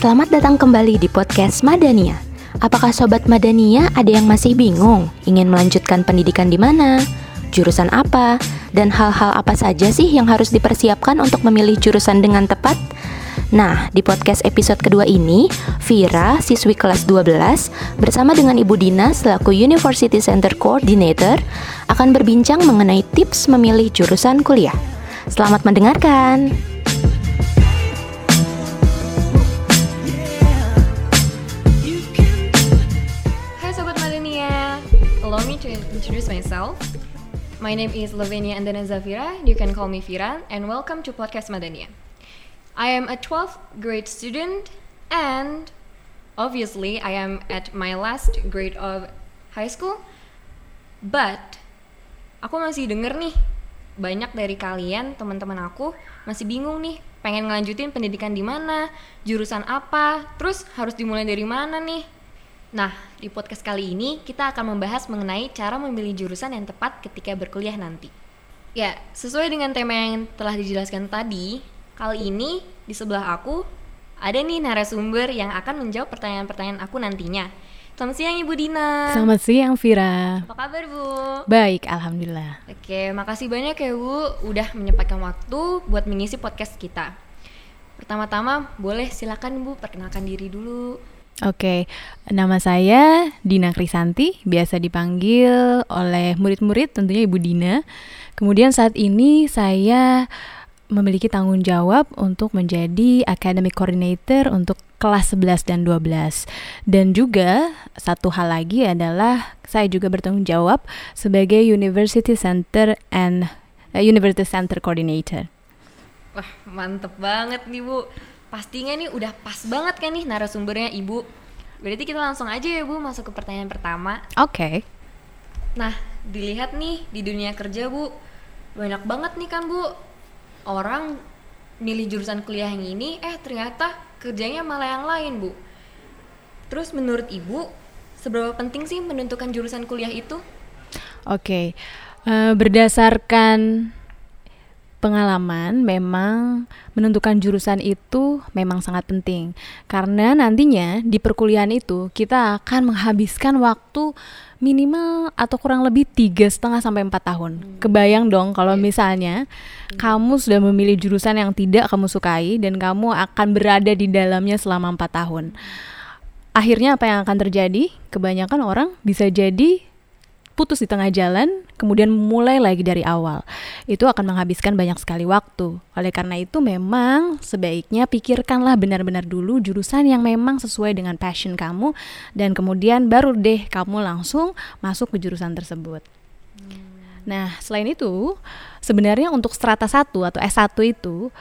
Selamat datang kembali di podcast Madania. Apakah Sobat Madania ada yang masih bingung ingin melanjutkan pendidikan di mana, jurusan apa, dan hal-hal apa saja sih yang harus dipersiapkan untuk memilih jurusan dengan tepat? Nah, di podcast episode kedua ini, Vira, siswi kelas 12, bersama dengan Ibu Dina selaku University Center Coordinator, akan berbincang mengenai tips memilih jurusan kuliah. Selamat mendengarkan! Allow me to introduce myself. My name is Lavinia Andana Zafira. You can call me Fira, and welcome to Podcast Madania. I am a 12th grade student, and obviously I am at my last grade of high school. But aku masih denger nih, banyak dari kalian, teman-teman aku masih bingung nih, pengen ngelanjutin pendidikan di mana, jurusan apa, terus harus dimulai dari mana nih. Nah, di podcast kali ini kita akan membahas mengenai cara memilih jurusan yang tepat ketika berkuliah nanti. Ya, sesuai dengan tema yang telah dijelaskan tadi, kali ini di sebelah aku ada nih narasumber yang akan menjawab pertanyaan-pertanyaan aku nantinya. Selamat siang Ibu Dina. Selamat siang Vira. Apa kabar Bu? Baik, alhamdulillah. Oke, makasih banyak ya Bu udah menyempatkan waktu buat mengisi podcast kita. Pertama-tama boleh silakan Bu perkenalkan diri dulu. Oke, nama saya Dina Krisanti, biasa dipanggil oleh murid-murid tentunya Ibu Dina. Kemudian saat ini saya memiliki tanggung jawab untuk menjadi Academic Coordinator untuk kelas 11 dan 12. Dan juga satu hal lagi adalah saya juga bertanggung jawab sebagai University Center Coordinator. Wah, mantep banget nih Bu. Pastinya nih udah pas banget kan nih narasumbernya Ibu. Berarti kita langsung aja ya Bu masuk ke pertanyaan pertama. Oke. Nah, dilihat nih di dunia kerja Bu, banyak banget nih kan Bu orang milih jurusan kuliah yang ini, ternyata kerjanya malah yang lain Bu. Terus menurut Ibu, seberapa penting sih menentukan jurusan kuliah itu? Oke. Berdasarkan pengalaman, memang menentukan jurusan itu memang sangat penting. Karena nantinya di perkuliahan itu kita akan menghabiskan waktu minimal atau kurang lebih 3,5 sampai 4 tahun. Kebayang dong kalau misalnya kamu sudah memilih jurusan yang tidak kamu sukai dan kamu akan berada di dalamnya selama 4 tahun. Akhirnya apa yang akan terjadi? Kebanyakan orang bisa jadi putus di tengah jalan, kemudian mulai lagi dari awal. Itu akan menghabiskan banyak sekali waktu. Oleh karena itu memang sebaiknya pikirkanlah benar-benar dulu jurusan yang memang sesuai dengan passion kamu, dan kemudian baru deh kamu langsung masuk ke jurusan tersebut. Nah, selain itu, sebenarnya untuk strata 1 atau S1 itu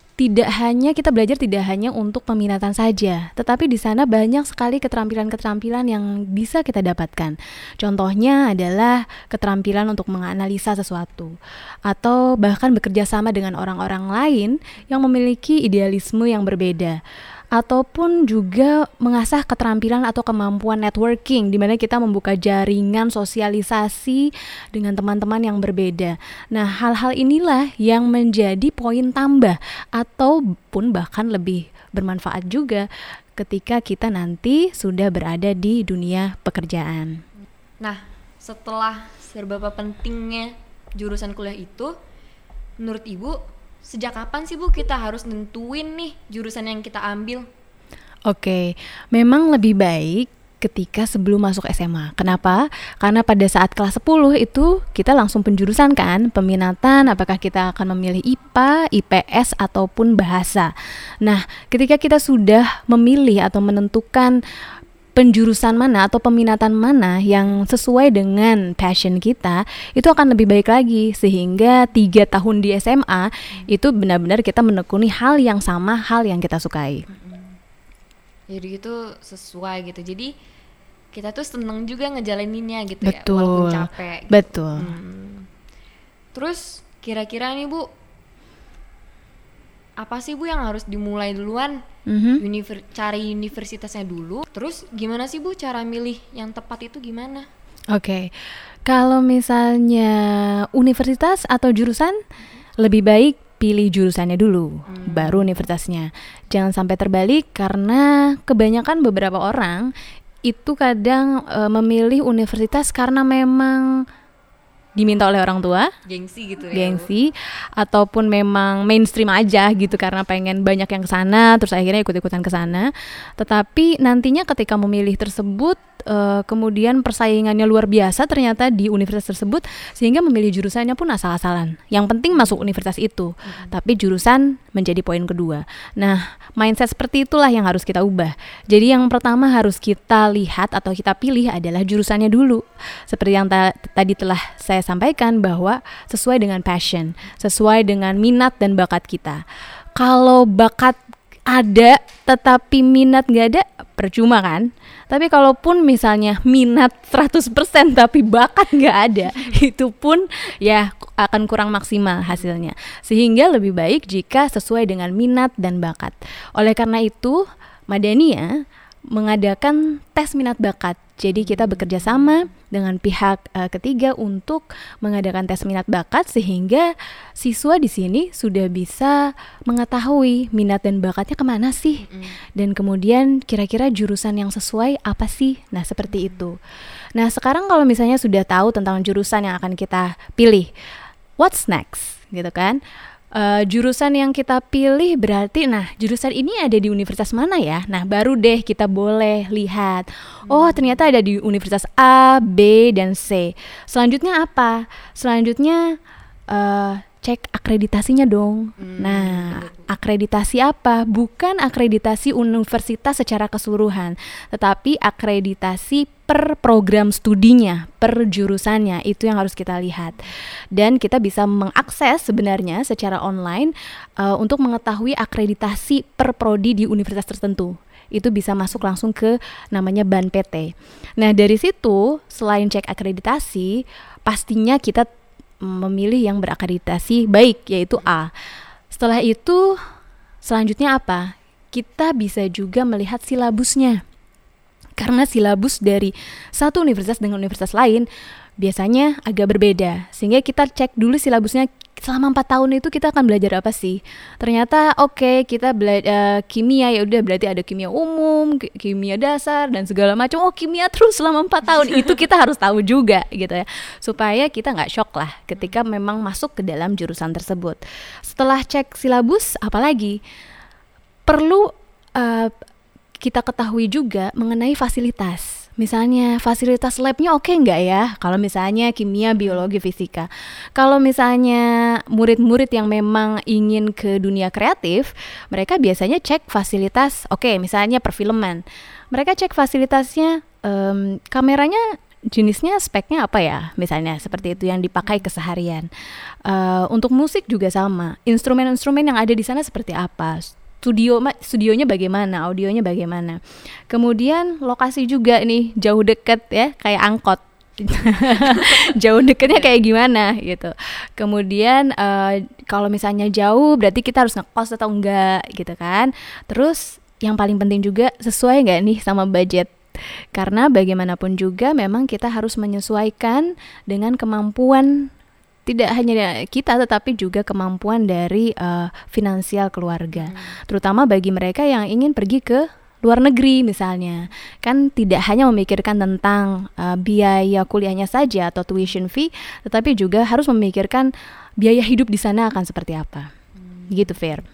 kita belajar tidak hanya untuk peminatan saja, tetapi di sana banyak sekali keterampilan-keterampilan yang bisa kita dapatkan. Contohnya adalah keterampilan untuk menganalisa sesuatu, atau bahkan bekerja sama dengan orang-orang lain yang memiliki idealisme yang berbeda, ataupun juga mengasah keterampilan atau kemampuan networking, di mana kita membuka jaringan sosialisasi dengan teman-teman yang berbeda. Nah, hal-hal inilah yang menjadi poin tambah ataupun bahkan lebih bermanfaat juga ketika kita nanti sudah berada di dunia pekerjaan. Nah, setelah seberapa pentingnya jurusan kuliah itu, menurut Ibu sejak kapan sih Bu kita harus nentuin nih jurusan yang kita ambil? Oke, memang lebih baik ketika sebelum masuk SMA. Kenapa? Karena pada saat kelas 10 itu kita langsung penjurusan kan, peminatan, apakah kita akan memilih IPA, IPS, ataupun bahasa. Nah, ketika kita sudah memilih atau menentukan penjurusan mana atau peminatan mana yang sesuai dengan passion kita, itu akan lebih baik lagi, sehingga 3 tahun di SMA itu benar-benar kita menekuni hal yang sama, hal yang kita sukai. Jadi itu sesuai gitu. Jadi kita tuh seneng juga ngejalaninnya gitu. Betul. Ya, walaupun capek gitu. Betul. Terus kira-kira nih Bu, apa sih Bu yang harus dimulai duluan? Cari universitasnya dulu. Terus gimana sih Bu cara milih yang tepat itu gimana? Oke. Kalau misalnya universitas atau jurusan, lebih baik pilih jurusannya dulu, baru universitasnya. Jangan sampai terbalik, karena kebanyakan beberapa orang itu kadang memilih universitas karena memang diminta oleh orang tua, Gengsi gitu ya. gengsi, ataupun memang mainstream aja gitu karena pengen banyak yang kesana, terus akhirnya ikut-ikutan kesana. Tetapi nantinya ketika memilih tersebut, kemudian persaingannya luar biasa ternyata di universitas tersebut, sehingga memilih jurusannya pun asal-asalan. Yang penting masuk universitas itu, tapi jurusan menjadi poin kedua. Nah, mindset seperti itulah yang harus kita ubah. Jadi yang pertama harus kita lihat atau kita pilih adalah jurusannya dulu. Seperti yang tadi telah saya sampaikan, bahwa sesuai dengan passion, sesuai dengan minat dan bakat kita. Kalau bakat ada tetapi minat gak ada, percuma kan? Tapi kalaupun misalnya minat 100% tapi bakat gak ada, itu pun ya akan kurang maksimal hasilnya. Sehingga lebih baik jika sesuai dengan minat dan bakat. Oleh karena itu, Madania mengadakan tes minat bakat. Jadi kita bekerja sama dengan pihak ketiga untuk mengadakan tes minat bakat, sehingga siswa di sini sudah bisa mengetahui minat dan bakatnya kemana sih, dan kemudian kira-kira jurusan yang sesuai apa sih. Nah, seperti itu. Nah, sekarang kalau misalnya sudah tahu tentang jurusan yang akan kita pilih, what's next, gitu kan? Jurusan yang kita pilih berarti, nah jurusan ini ada di universitas mana ya? Nah, baru deh kita boleh lihat, oh ternyata ada di universitas A, B, dan C. Selanjutnya apa? Selanjutnya cek akreditasinya dong. Nah, akreditasi apa? Bukan akreditasi universitas secara keseluruhan, tetapi akreditasi per program studinya, per jurusannya. Itu yang harus kita lihat. Dan kita bisa mengakses sebenarnya secara online untuk mengetahui akreditasi per prodi di universitas tertentu. Itu bisa masuk langsung ke namanya BAN PT. Nah, dari situ selain cek akreditasi, pastinya kita memilih yang berakreditasi baik, yaitu A. Setelah itu selanjutnya apa? Kita bisa juga melihat silabusnya. Karena silabus dari satu universitas dengan universitas lain biasanya agak berbeda, sehingga kita cek dulu silabusnya. Selama 4 tahun itu kita akan belajar apa sih? Ternyata kita belajar kimia, ya udah berarti ada kimia umum, kimia dasar dan segala macam. Oh, kimia terus selama 4 tahun. Itu kita harus tahu juga gitu ya. Supaya kita enggak shock lah ketika memang masuk ke dalam jurusan tersebut. Setelah cek silabus, apalagi perlu kita ketahui juga mengenai fasilitas. Misalnya fasilitas labnya oke nggak ya? Kalau misalnya kimia, biologi, fisika. Kalau misalnya murid-murid yang memang ingin ke dunia kreatif, mereka biasanya cek fasilitas. Oke, misalnya perfilman. Mereka cek fasilitasnya, kameranya jenisnya, speknya apa ya? Misalnya seperti itu yang dipakai keseharian. Untuk musik juga sama. Instrumen-instrumen yang ada di sana seperti apa? Studionya bagaimana, audionya bagaimana. Kemudian lokasi juga nih, jauh deket ya, kayak angkot. Jauh deketnya kayak gimana gitu. Kemudian kalau misalnya jauh berarti kita harus ngekos atau enggak gitu kan. Terus yang paling penting juga, sesuai nggak nih sama budget. Karena bagaimanapun juga memang kita harus menyesuaikan dengan kemampuan tidak hanya kita, tetapi juga kemampuan dari finansial keluarga. Terutama bagi mereka yang ingin pergi ke luar negeri misalnya. Kan tidak hanya memikirkan tentang biaya kuliahnya saja atau tuition fee, tetapi juga harus memikirkan biaya hidup di sana akan seperti apa. Gitu, Fir.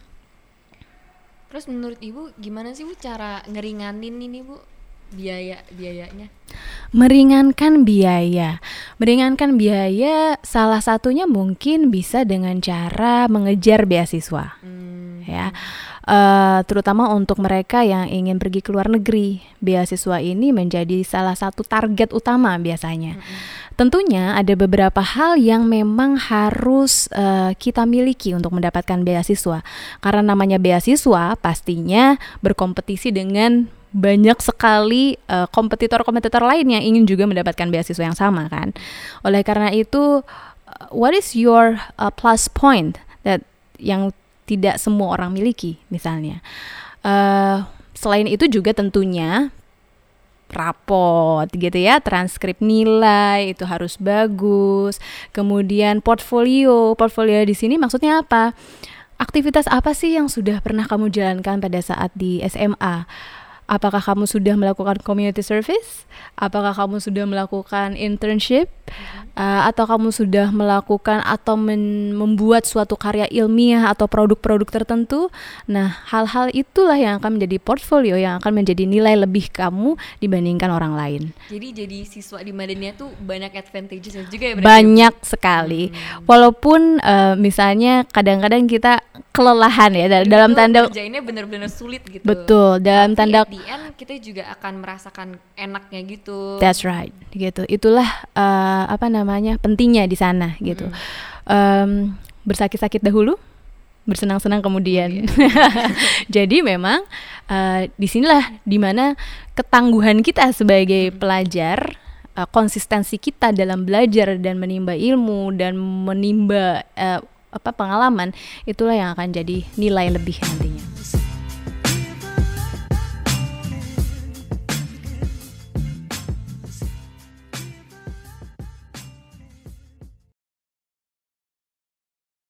Terus menurut Ibu gimana sih Bu cara ngeringanin ini Bu biayanya? Meringankan biaya salah satunya mungkin bisa dengan cara mengejar beasiswa. Ya. Terutama untuk mereka yang ingin pergi ke luar negeri, beasiswa ini menjadi salah satu target utama biasanya. Tentunya ada beberapa hal yang memang harus kita miliki untuk mendapatkan beasiswa. Karena namanya beasiswa pastinya berkompetisi dengan banyak sekali kompetitor-kompetitor lain yang ingin juga mendapatkan beasiswa yang sama kan. Oleh karena itu, what is your plus point that yang tidak semua orang miliki misalnya. Selain itu juga tentunya rapot gitu ya, transkrip nilai itu harus bagus. Kemudian portfolio di sini maksudnya apa? Aktivitas apa sih yang sudah pernah kamu jalankan pada saat di SMA? Apakah kamu sudah melakukan community service? Apakah kamu sudah melakukan internship? Atau kamu sudah melakukan atau membuat suatu karya ilmiah atau produk-produk tertentu? Nah, hal-hal itulah yang akan menjadi portfolio, yang akan menjadi nilai lebih kamu dibandingkan orang lain. Jadi siswa di Madania tuh banyak advantages juga ya berarti? Banyak sekali. Walaupun misalnya kadang-kadang kita kelelahan ya dalam tanda kerjainnya benar-benar sulit gitu. Betul, dalam tanda at the end kita juga akan merasakan enaknya gitu. That's right, gitu. Itulah pentingnya di sana gitu. Bersakit-sakit dahulu, bersenang-senang kemudian. Jadi memang disinilah dimana ketangguhan kita sebagai pelajar, konsistensi kita dalam belajar dan menimba ilmu dan menimba pengalaman, itulah yang akan jadi nilai lebih nantinya.